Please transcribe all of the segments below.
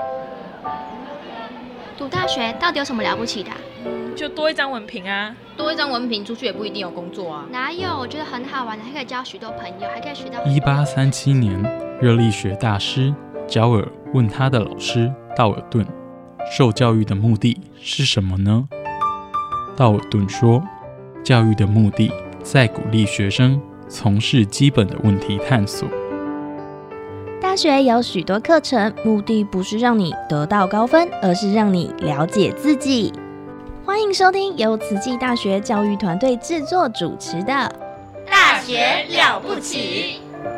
读大学到底有什么了不起的就多一张文凭啊。 多一张文凭出去也不一定有工作啊。 哪有？我觉得很好玩的，还可以交许多朋友，还可以学到。 1837年，热力学大师焦耳问他的老师道尔顿，受教育的目的是什么呢？道尔顿说，教育的目的在鼓励学生从事基本的问题探索。 大学有许多课程，目的不是让你得到高分，而是让你了解自己。欢迎收听由慈济大学教育团队制作主持的《 大学了不起》。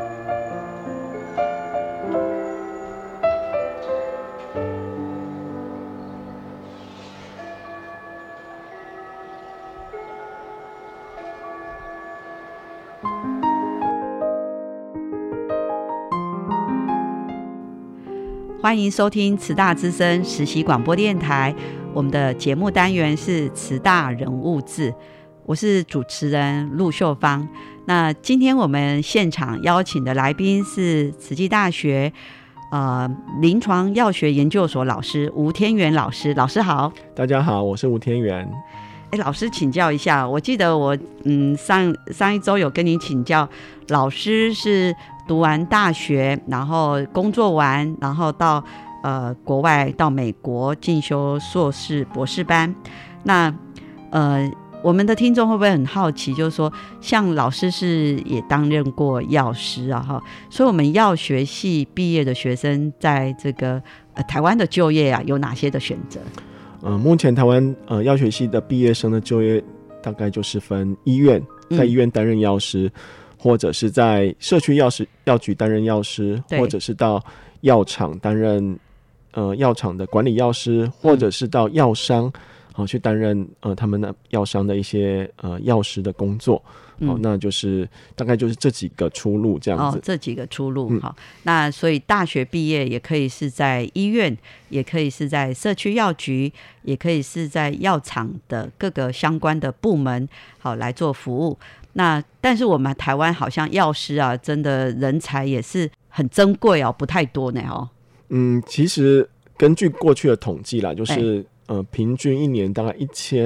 欢迎收听慈大之声实习广播电台，我们的节目单元是慈大人物志，我是主持人陆秀芳。那今天我们现场邀请的来宾是慈济大学临床药学研究所老师吴天元老师。老师好。 大家好，我是吴天元。 老师请教一下，我记得我上一周有跟您请教，老师是读完大学，然后工作完，然后到国外到美国进修硕士博士班。那我们的听众会不会很好奇，就是说像老师是也担任过药师啊，所以我们药学系毕业的学生在这个台湾的就业啊有哪些的选择？ 目前台湾药学系的毕业生的就业大概就是分医院，在医院担任药师，或者是在社区药局担任药师，或者是到药厂担任药厂的管理药师，或者是到药商去担任他们的药商的一些药师的工作。那就是大概就是这几个出路这样子。 这几个出路。好，那所以大学毕业也可以是在医院，也可以是在社区药局，也可以是在药厂的各个相关的部门好来做服务。那但是我们台湾好像药师啊，真的人才也是很珍贵不太多呢其实根据过去的统计啦，就是平均一年大概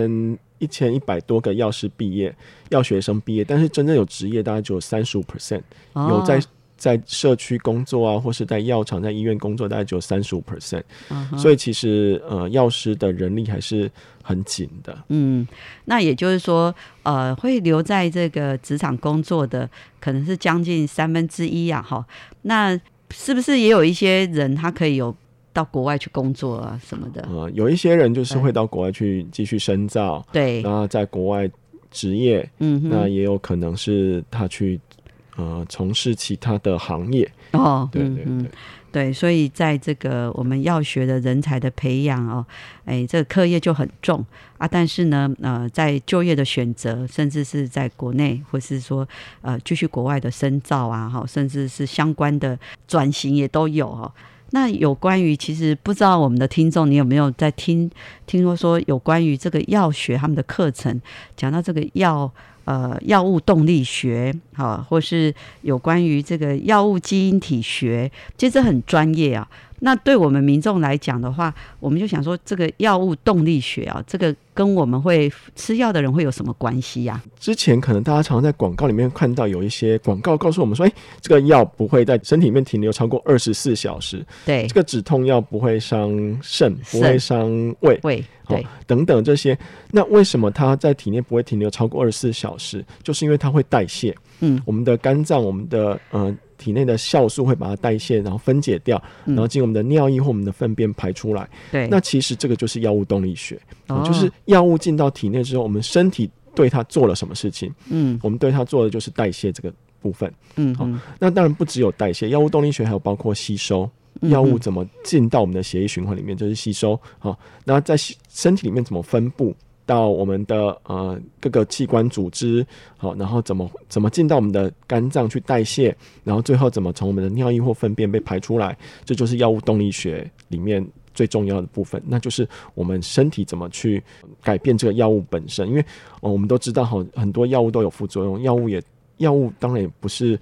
1100多个药师毕业，药学生毕业，但是真正有职业大概只有 35%，有在社区工作啊，或是在药厂在医院工作大概只有 35%，所以其实药师的人力还是很紧的。 那也就是说会留在这个职场工作的可能是将近1/3啊。那是不是也有一些人他可以有到国外去工作啊什么的？ 有一些人就是会到国外去继续深造， 对， 然后在国外职业，那也有可能是他去从事其他的行业。 对，所以在这个我们药学的人才的培养这个课业就很重啊。但是呢，在就业的选择，甚至是在国内，或是说继续国外的深造啊，甚至是相关的转型也都有那有关于，其实不知道我们的听众你有没有在听说有关于这个药学他们的课程，讲到这个药物动力学或是有关于这个药物基因体学，其实很专业啊。那对我们民众来讲的话，我们就想说这个药物动力学这个跟我们会吃药的人会有什么关系啊？ 之前可能大家常常在广告里面看到有一些广告告诉我们说，这个药不会在身体里面停留超过24小时， 对， 这个止痛药不会伤肾，不会伤胃， 对， 等等这些。那为什么它在体内不会停留超过24小时？就是因为它会代谢。我们的肝脏，我们的体内的酵素会把它代谢，然后分解掉，然后经我们的尿液或我们的粪便排出来。 对， 那其实这个就是药物动力学，就是药物进到体内之后，我们身体对它做了什么事情？我们对它做的就是代谢这个部分。那当然不只有代谢，药物动力学还有包括吸收。药物怎么进到我们的血液循环里面，就是吸收。那在身体里面怎么分布到我们的各个器官组织，然后怎么进到我们的肝脏去代谢，然后最后怎么从我们的尿液或粪便被排出来，这就是药物动力学里面最重要的部分。那就是我们身体怎么去改变这个药物本身，因为我们都知道很多药物都有副作用，药物药物当然也不是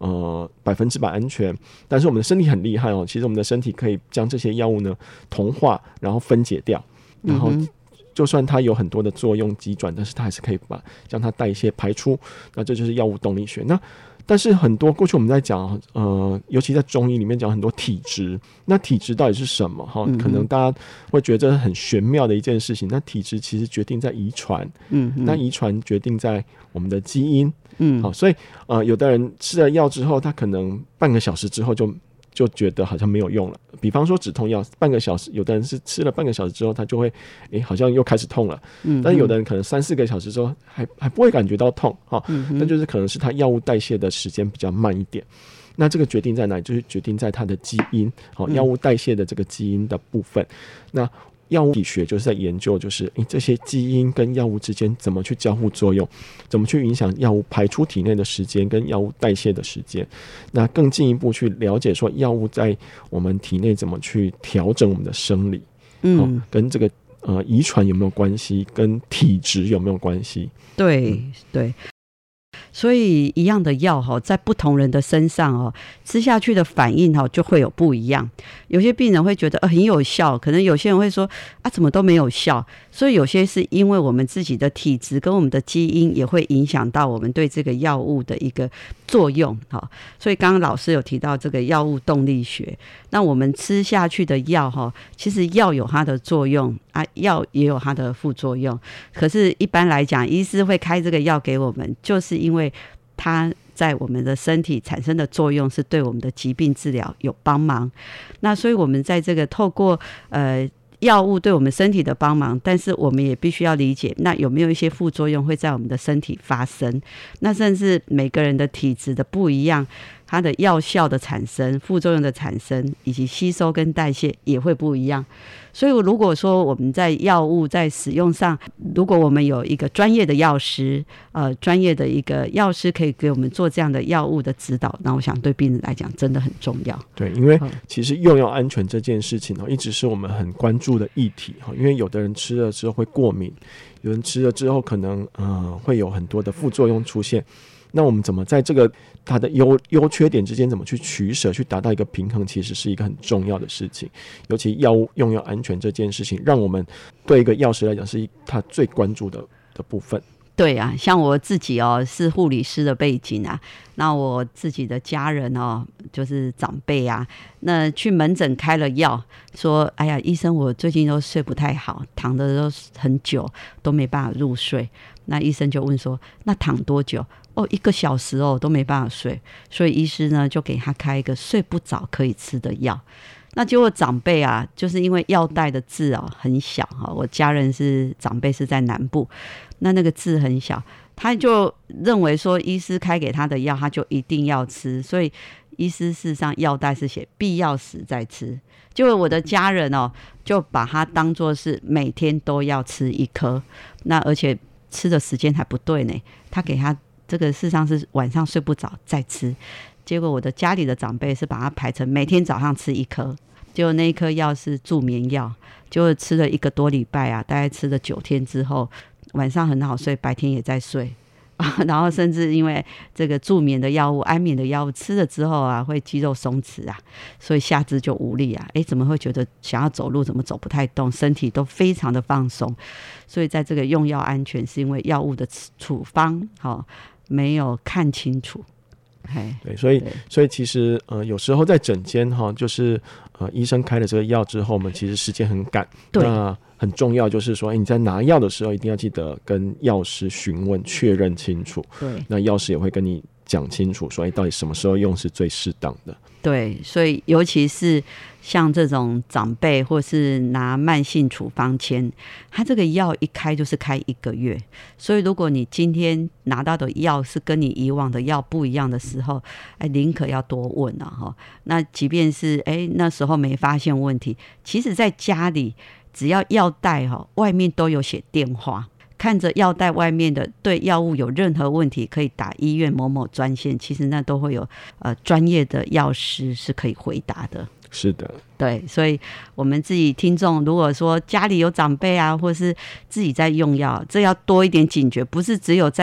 100%安全，但是我们的身体很厉害哦。其实我们的身体可以将这些药物呢同化，然后分解掉，然后就算它有很多的作用机转，但是它还是可以将它代谢排出。那这就是药物动力学。那但是很多过去我们在讲尤其在中医里面讲很多体质，那体质到底是什么可能大家会觉得这是很玄妙的一件事情。那体质其实决定在遗传，那遗传决定在我们的基因，所以有的人吃了药之后，他可能半个小时之后就觉得好像没有用了。比方说止痛药，半个小时，有的人是吃了半个小时之后，他就会好像又开始痛了。但是有的人可能3-4个小时之后还不会感觉到痛那就是可能是他药物代谢的时间比较慢一点。那这个决定在哪里？就是决定在他的基因，药物代谢的这个基因的部分。那药物体学就是在研究，就是这些基因跟药物之间怎么去交互作用，怎么去影响药物排出体内的时间跟药物代谢的时间。那更进一步去了解说药物在我们体内怎么去调整我们的生理，跟这个遗传有没有关系，跟体质有没有关系？ 对对。所以一样的药在不同人的身上吃下去的反应就会有不一样。有些病人会觉得很有效，可能有些人会说怎么都没有效。所以有些是因为我们自己的体质跟我们的基因也会影响到我们对这个药物的一个作用。所以刚刚老师有提到这个药物动力学，那我们吃下去的药其实药有它的作用药也有它的副作用。可是一般来讲，医师会开这个药给我们，就是因为它在我们的身体产生的作用是对我们的疾病治疗有帮忙。那所以我们在这个透过药物对我们身体的帮忙，但是我们也必须要理解，那有没有一些副作用会在我们的身体发生。那甚至每个人的体质的不一样，它的药效的产生、副作用的产生以及吸收跟代谢也会不一样。所以如果说我们在药物在使用上，如果我们有一个专业的药师专业的一个药师可以给我们做这样的药物的指导，那我想对病人来讲真的很重要。 对，因为其实用药安全这件事情一直是我们很关注的议题。因为有的人吃了之后会过敏，有人吃了之后可能会有很多的副作用出现。那我们怎么在这个它的优缺点之间怎么去取舍，去达到一个平衡，其实是一个很重要的事情。尤其药物用药安全这件事情，让我们对一个药师来讲是他最关注的部分。 对啊，像我自己是护理师的背景那我自己的家人就是长辈那去门诊开了药，说哎呀医生，我最近都睡不太好，躺的都很久都没办法入睡。那医生就问说，那躺多久？1个小时都没办法睡。所以医师呢就给他开一个睡不着可以吃的药。那结果长辈就是因为药袋的字很小我家人长辈是在南部，那个字很小，他就认为说医师开给他的药他就一定要吃，所以医师事实上药袋是写必要时再吃。结果我的家人就把它当作是每天都要吃1颗，那而且吃的时间还不对呢，他给他这个事实上是晚上睡不着再吃。结果我的家里的长辈是把它排成每天早上吃1颗，结果那一颗药是助眠药，结果吃了1个多礼拜大概吃了9天之后，晚上很好睡，白天也在睡然后甚至因为这个助眠的药物、安眠的药物吃了之后会肌肉松弛所以下肢就无力怎么会觉得想要走路怎么走不太动，身体都非常的放松。所以在这个用药安全是因为药物的处方没有看清楚。 对，所以其实有时候在诊间就是医生开了这个药之后，我们其实时间很赶，那很重要就是说你在拿药的时候一定要记得跟药师询问确认清楚。对，那药师也会跟你讲清楚说到底什么时候用是最适当的。 对，所以尤其是像这种长辈或是拿慢性处方签，他这个药一开就是开1个月，所以如果你今天拿到的药是跟你以往的药不一样的时候，宁可要多问那即便是那时候没发现问题，其实在家里只要药袋外面都有写电话，看着药袋外面的对药物有任何问题可以打医院某某专线，其实那都会有专业的药师是可以回答的。 是的， 对，所以我们自己听众如果说家里有长辈或是自己在用药，这要多一点警觉，不是只有在医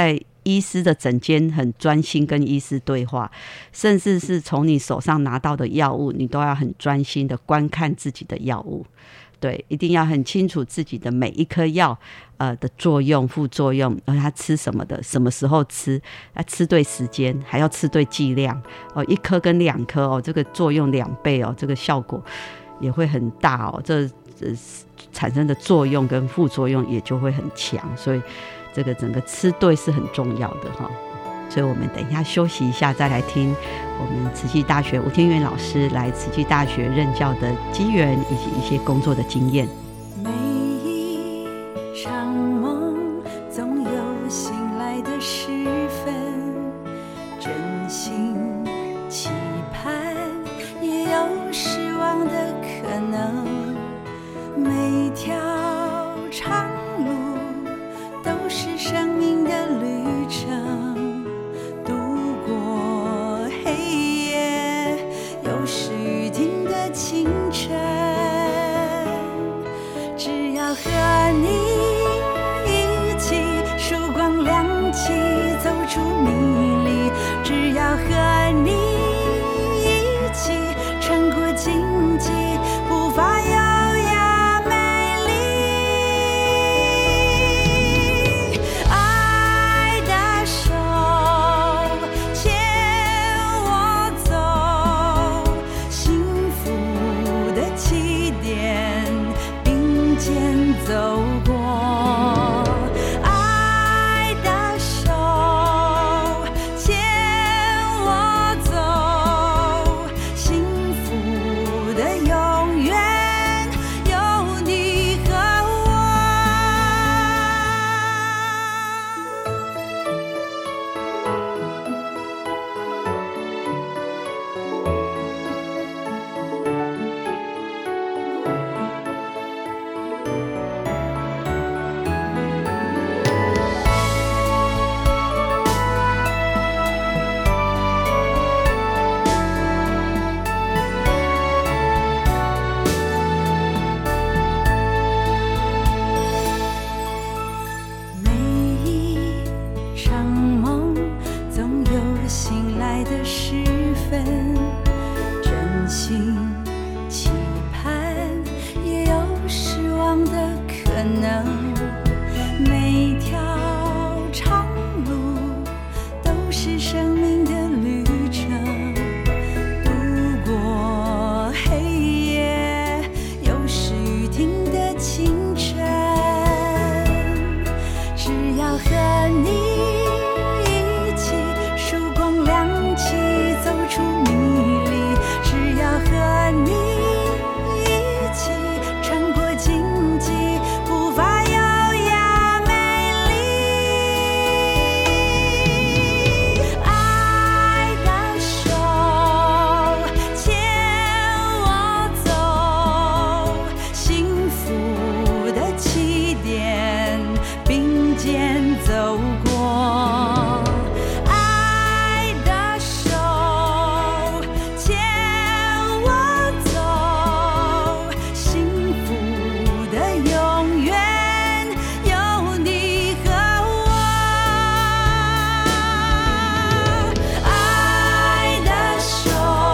医师的诊间很专心跟医师对话，甚至是从你手上拿到的药物，你都要很专心的观看自己的药物。对，一定要很清楚自己的每一颗药的作用、副作用，他吃什么的，什么时候吃，吃对时间，还要吃对剂量1颗跟2颗这个作用2倍这个效果也会很大这产生的作用跟副作用也就会很强，所以这个整个吃对是很重要的所以我们等一下休息一下，再来听我们慈济大学吴天元老师来慈济大学任教的机缘以及一些工作的经验。 每一场梦总有醒来的时分，真心期盼也有失望的可能，每条长路都是生命的旅程，度过黑夜又是雨停的清晨，只要和你一起曙光亮起走出迷离，只要和你一起穿过荆棘，步伐优雅美丽，爱的手牵我走，幸福的起点并肩走过，爱的手牵我走，幸福的永远有你和我。每一场梦总有醒来的时分，真心期盼也有失望的可能，每条长路都是生命的旅程，度过黑夜又是雨停的清晨，只要和你一起曙光亮起走出迷离，只要和你一起穿过荆棘，步伐优雅美丽，爱的手牵我走，幸福的起点并肩走过，爱的手牵我走，幸福的永远有你和我，爱的手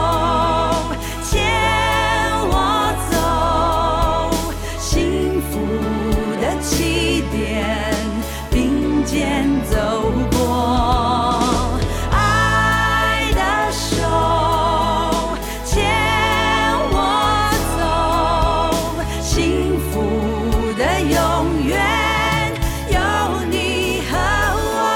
牵我走，幸福的起点并肩走过，爱的手牵我走，幸福的永远有你和我。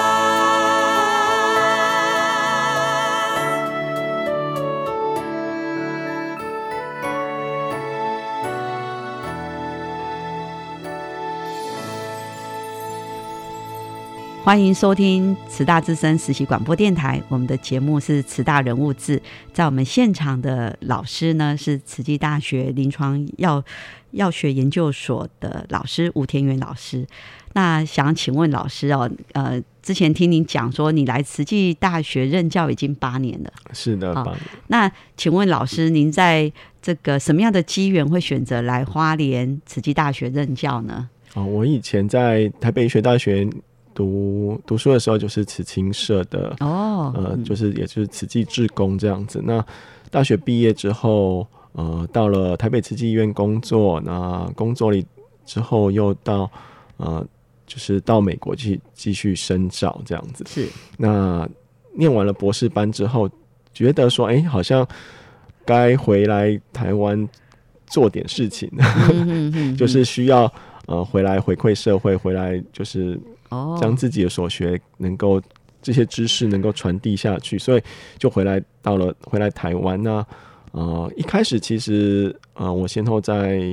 欢迎收听慈大之声实习广播电台，我们的节目是慈大人物志，在我们现场的老师呢是慈济大学临床药学研究所的老师吴天元老师。那想请问老师之前听您讲说你来慈济大学任教已经8年了。 是的，8年。 那请问老师，您在这个什么样的机缘会选择来花莲慈济大学任教呢？ 我以前在台北医学大学读书的时候就是慈青社的就是也就是慈济志工这样子。那大学毕业之后，到了台北慈济医院工作，那工作了之后又到就是到美国去继续深造这样子。 是， 那念完了博士班之后，觉得说，好像该回来台湾做点事情，就是需要回来回馈社会，回来就是将自己的所学能够这些知识能够传递下去，所以就回来台湾那一开始其实我先后在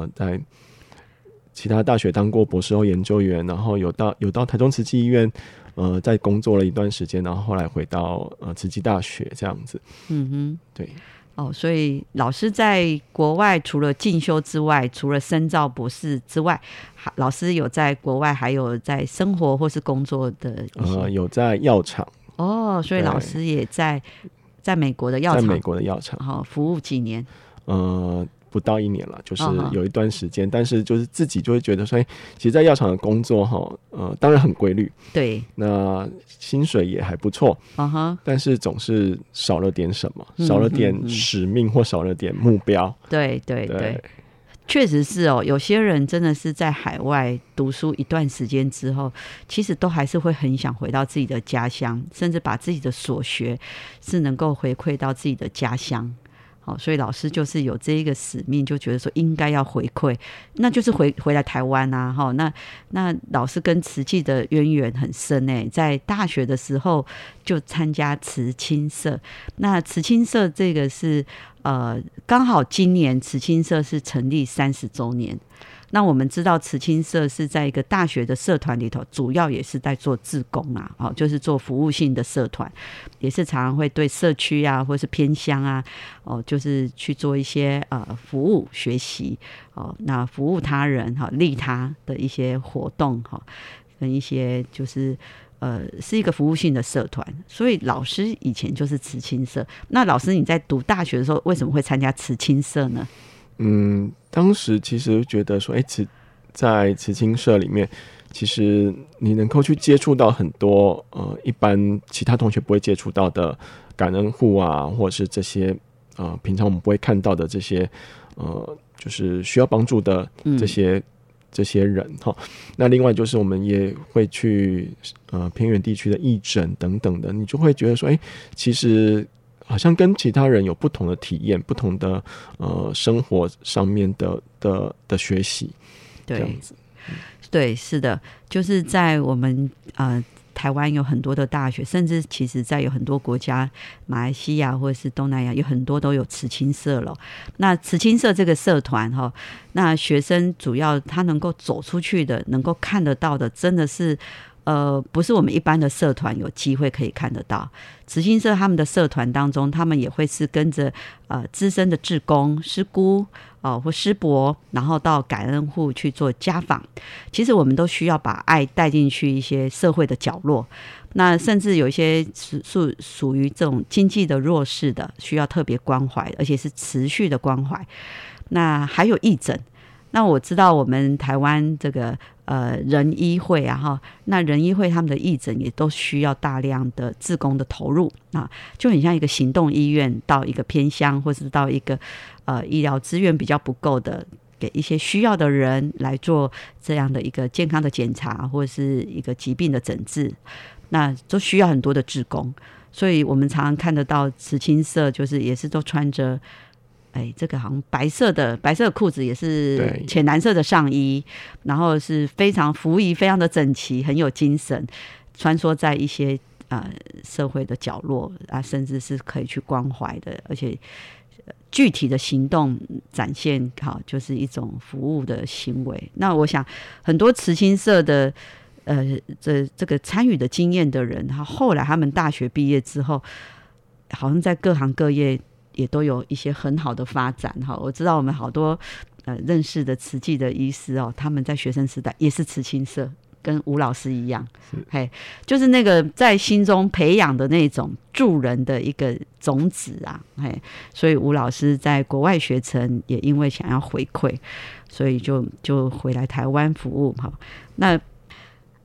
其他大学当过博士后研究员，然后有到台中慈济医院在工作了一段时间，然后后来回到慈济大学这样子。对。 所以老师在国外除了进修之外，除了深造博士之外，老师有在国外还有在生活或是工作的有在药厂。 所以老师也在美国的药厂， 在美国的药厂服务几年？ 不到1年了，就是有一段时间，但是就是自己就会觉得说，其实在药厂的工作当然很规律， 对， 那薪水也还不错，但是总是少了点什么，少了点使命或少了点目标。 对，确实是有些人真的是在海外读书一段时间之后，其实都还是会很想回到自己的家乡，甚至把自己的所学是能够回馈到自己的家乡。所以老师就是有这一个使命，就觉得说应该要回馈，那就是回来台湾啊。那老师跟慈济的渊源很深在大学的时候就参加慈青社。那慈青社这个是刚好今年慈青社是成立30周年。那我们知道慈青社是在一个大学的社团里头，主要也是在做志工就是做服务性的社团，也是常常会对社区啊或是偏乡啊就是去做一些服务学习那服务他人利他的一些活动跟一些就是是一个服务性的社团。所以老师以前就是慈青社。那老师你在读大学的时候为什么会参加慈青社呢？ 当时其实觉得说，在慈青社里面，其实你能够去接触到很多一般其他同学不会接触到的感恩户啊，或者是这些平常我们不会看到的这些就是需要帮助的这些人那另外就是我们也会去偏远地区的义诊等等的，你就会觉得说，其实好像跟其他人有不同的体验，不同的生活上面的学习，这样子。 对，是的，就是在我们台湾有很多的大学，甚至其实在有很多国家，马来西亚或者是东南亚有很多都有慈青社了。那慈青社这个社团那学生主要他能够走出去的，能够看得到的，真的是不是我们一般的社团有机会可以看得到。慈青社他们的社团当中，他们也会是跟着资深的志工师姑或师伯，然后到感恩户去做家访。其实我们都需要把爱带进去一些社会的角落，那甚至有一些属于这种经济的弱势的，需要特别关怀，而且是持续的关怀。那还有义诊。那我知道我们台湾这个人医会那人医会他们的义诊也都需要大量的志工的投入就很像一个行动医院到一个偏乡，或是到一个医疗资源比较不够的，给一些需要的人来做这样的一个健康的检查，或是一个疾病的诊治，那都需要很多的志工。所以我们常常看得到慈青社就是也是都穿着这个好像白色的裤子，也是浅蓝色的上衣，然后是非常服仪非常的整齐，很有精神，穿梭在一些社会的角落甚至是可以去关怀的，而且具体的行动展现就是一种服务的行为。那我想很多慈青社的这个参与的经验的人，后来他们大学毕业之后，好像在各行各业也都有一些很好的发展我知道我们好多认识的慈济的医师他们在学生时代也是慈青社，跟吴老师一样，就是那个在心中培养的那种助人的一个种子所以吴老师在国外学成，也因为想要回馈，所以就回来台湾服务那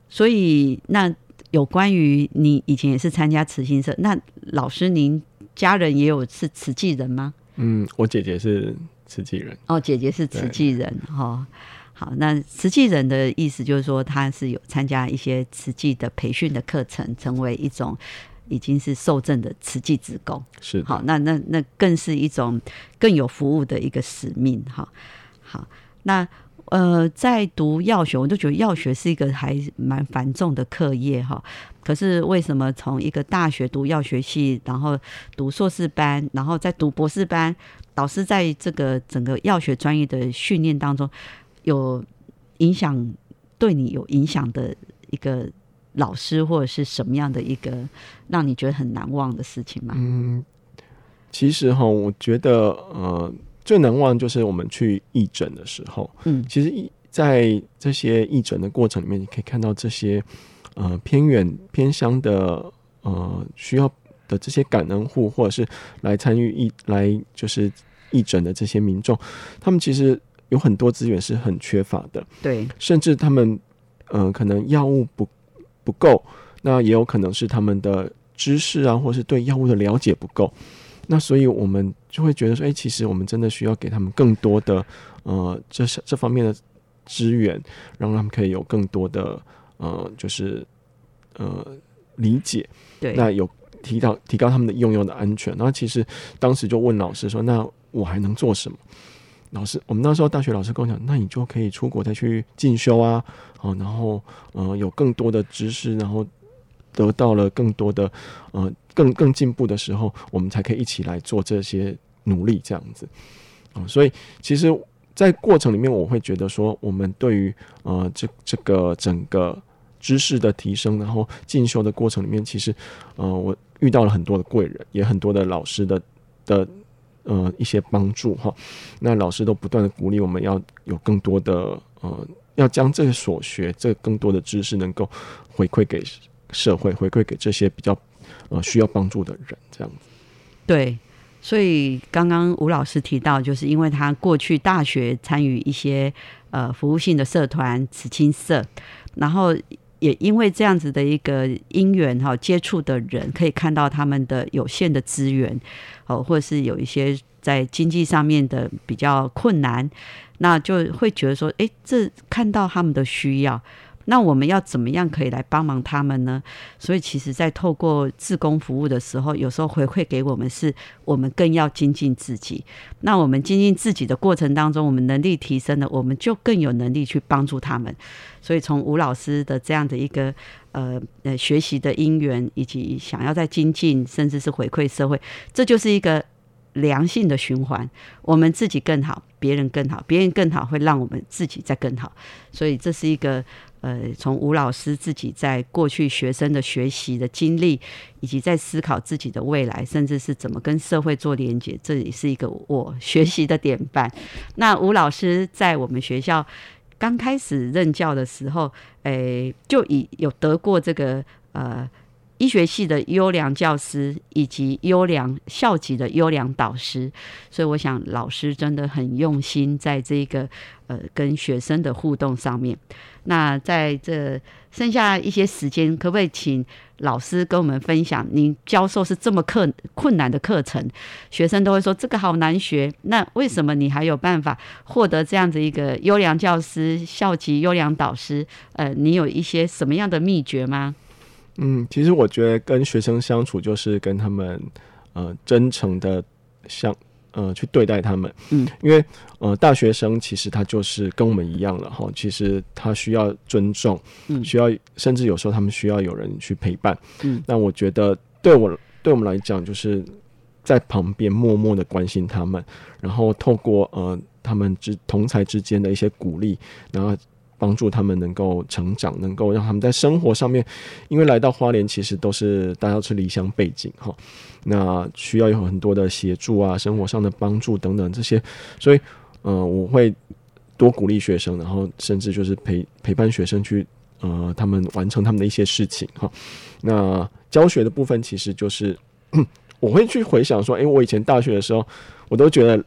所以那有关于你以前也是参加慈心社，那老师您家人也有是慈济人吗？ 我姐姐是慈济人。哦， 姐姐是慈济人哦。好，那慈济人的意思就是说，他是有参加一些慈济的培训的课程，成为一种已经是受证的慈济志工。 是的。 好，那更是一种更有服务的一个使命。好，那在读药学，我就觉得药学是一个还蛮繁重的课业哈。可是为什么从一个大学读药学系，然后读硕士班，然后再读博士班，导师在这个整个药学专业的训练当中，有影响，对你有影响的一个老师，或者是什么样的一个让你觉得很难忘的事情吗？ 其实我觉得最难忘就是我们去义诊的时候，其实在这些义诊的过程里面，你可以看到这些偏远偏乡的需要的这些感恩户，或者是来参与就是义诊的这些民众，他们其实有很多资源是很缺乏的，对，甚至他们可能药物不够，那也有可能是他们的知识啊，或是对药物的了解不够。那所以我们就会觉得说，其实我们真的需要给他们更多的这方面的资源，让他们可以有更多的就是理解，对，那有提高他们的用药的安全。然后其实当时就问老师说，那我还能做什么？我们那时候大学老师跟我讲，那你就可以出国再去进修啊，然后有更多的知识，然后得到了更多的更进步的时候，我们才可以一起来做这些努力，这样子。所以其实在过程里面，我会觉得说，我们对于这个整个知识的提升，然后进修的过程里面，其实我遇到了很多的贵人，也很多的老师的一些帮助哈。那老师都不断的鼓励我们要有更多的要将这个所学，这更多的知识能够回馈给社会，回馈给这些比较需要帮助的人，这样子。对，所以刚刚吴老师提到，就是因为他过去大学参与一些服务性的社团慈青社，然后也因为这样子的一个因缘接触的人可以看到他们的有限的资源，或者是有一些在经济上面的比较困难，那就会觉得说，这看到他们的需要，那我们要怎么样可以来帮忙他们呢？所以其实在透过志工服务的时候，有时候回馈给我们是我们更要精进自己。那我们精进自己的过程当中，我们能力提升了，我们就更有能力去帮助他们。所以从吴老师的这样的一个学习的因缘，以及想要再精进，甚至是回馈社会，这就是一个良性的循环，我们自己更好，别人更好，别人更好会让我们自己再更好。所以这是一个从吴老师自己在过去学生的学习的经历，以及在思考自己的未来，甚至是怎么跟社会做连结，这也是一个我学习的典范。那吴老师在我们学校刚开始任教的时候，就有得过这个医学系的优良教师，以及优良校级的优良导师，所以我想老师真的很用心在这个跟学生的互动上面。那在这剩下一些时间，可不可以请老师跟我们分享，您教授是这么困难的课程，学生都会说这个好难学，那为什么你还有办法获得这样子一个优良教师、校级优良导师？你有一些什么样的秘诀吗？其实我觉得跟学生相处就是跟他们真诚的去对待他们，因为大学生其实他就是跟我们一样了哈，其实他需要尊重，需要甚至有时候他们需要有人去陪伴。那我觉得对我们来讲，就是在旁边默默的关心他们，然后透过他们同才之间的一些鼓励，然后帮助他们能够成长，能够让他们在生活上面，因为来到花莲其实都是大家都是离乡背景哈，那需要有很多的协助啊，生活上的帮助等等这些，所以我会多鼓励学生，然后甚至就是陪伴学生去他们完成他们的一些事情哈。那教学的部分其实就是我会去回想说，我以前大学的时候，我都觉得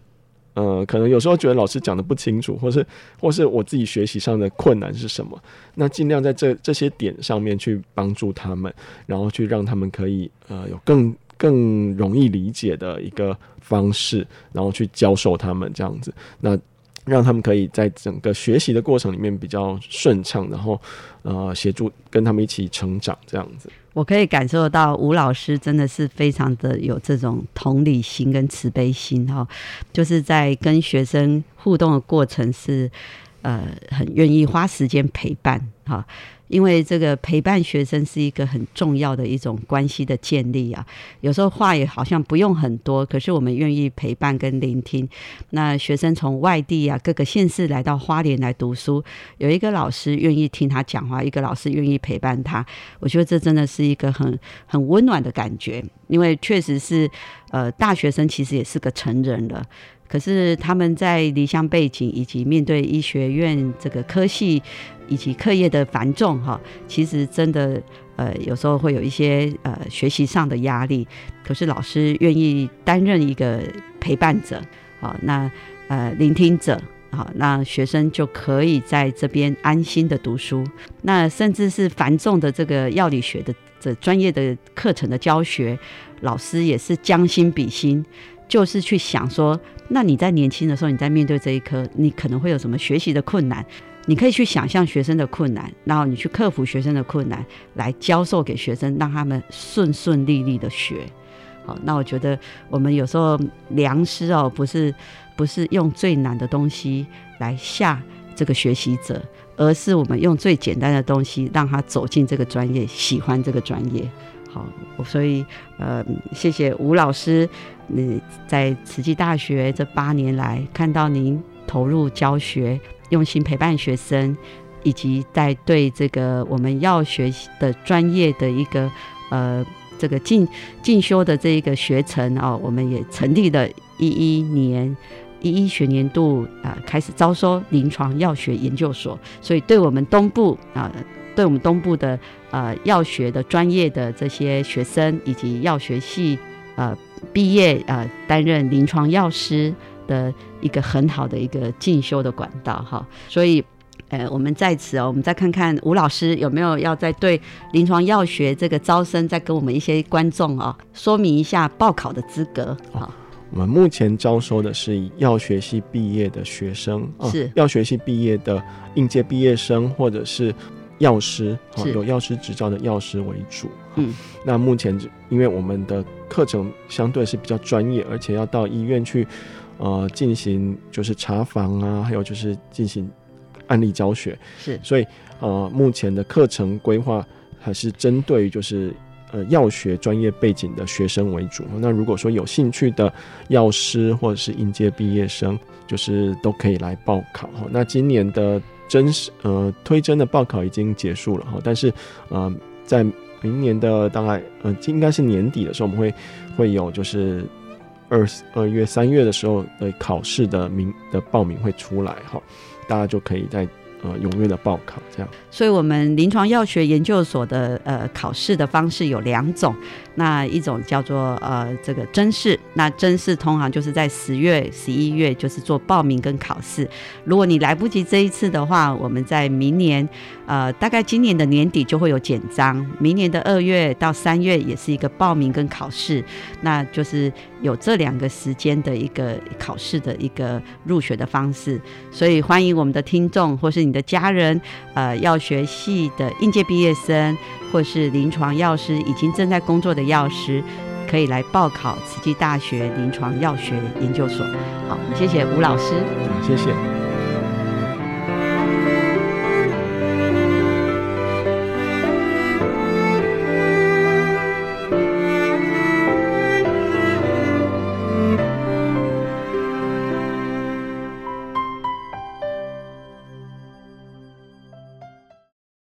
可能有时候觉得老师讲的不清楚，或是我自己学习上的困难是什么，那尽量在这些点上面去帮助他们，然后去让他们可以有更容易理解的一个方式，然后去教授他们这样子，那让他们可以在整个学习的过程里面比较顺畅，然后协助跟他们一起成长这样子。 我可以感受到吴老师真的是非常的有这种同理心跟慈悲心就是在跟学生互动的过程是很愿意花时间陪伴因为这个陪伴学生是一个很重要的一种关系的建立有时候话也好像不用很多，可是我们愿意陪伴跟聆听。那学生从外地各个县市来到花莲来读书，有一个老师愿意听他讲话，一个老师愿意陪伴他，我觉得这真的是一个很温暖的感觉。因为确实是大学生其实也是个成人了，可是他们在离乡背景以及面对医学院这个科系以及课业的繁重其实真的有时候会有一些学习上的压力，可是老师愿意担任一个陪伴者那聆听者那学生就可以在这边安心的读书。那甚至是繁重的这个药理学的这专业的课程的教学，老师也是将心比心，就是去想说，那你在年轻的时候，你在面对这一科，你可能会有什么学习的困难，你可以去想象学生的困难，然后你去克服学生的困难，来教授给学生，让他们顺顺利利的学。好，那我觉得我们有时候良师不是用最难的东西来吓这个学习者，而是我们用最简单的东西让他走进这个专业，喜欢这个专业。好，所以谢谢吴老师，你在慈济大学这8年来，看到您投入教学，用心陪伴学生，以及在对这个我们药学的专业的一个这个进修的这一个学程我们也成立了11学年度开始招收临床药学研究所，所以对我们东部的药学的专业的这些学生以及药学系毕业担任临床药师的一个很好的一个进修的管道所以我们在此我们再看看吴老师有没有要再对临床药学这个招生再跟我们一些观众说明一下报考的资格我们目前招收的是以药学系毕业的学生是药学系毕业的应届毕业生或者是药师有药师执照的药师为主那目前因为我们的课程相对是比较专业，而且要到医院去进行就是查房还有就是进行案例教学，是所以目前的课程规划还是针对就是药学专业背景的学生为主。那如果说有兴趣的药师或者是应届毕业生，就是都可以来报考。那今年的推甄的报考已经结束了，但是在明年的大概应该是年底的时候，我们会有就是2月3月的时候的考试的报名会出来大家就可以在踊跃的报考这样。 所以我们临床药学研究所的考试的方式有2种，那一种叫做这个甄试，那甄试通常就是在10月11月就是做报名跟考试。如果你来不及这一次的话，我们在明年大概今年的年底就会有简章，明年的2月到3月也是一个报名跟考试，那就是有这2个时间的一个考试的一个入学的方式。所以欢迎我们的听众或是你的家人药学系的应届毕业生或是临床药师已经正在工作的药师，可以来报考慈济大学临床药学研究所。好，谢谢吴老师。 谢谢。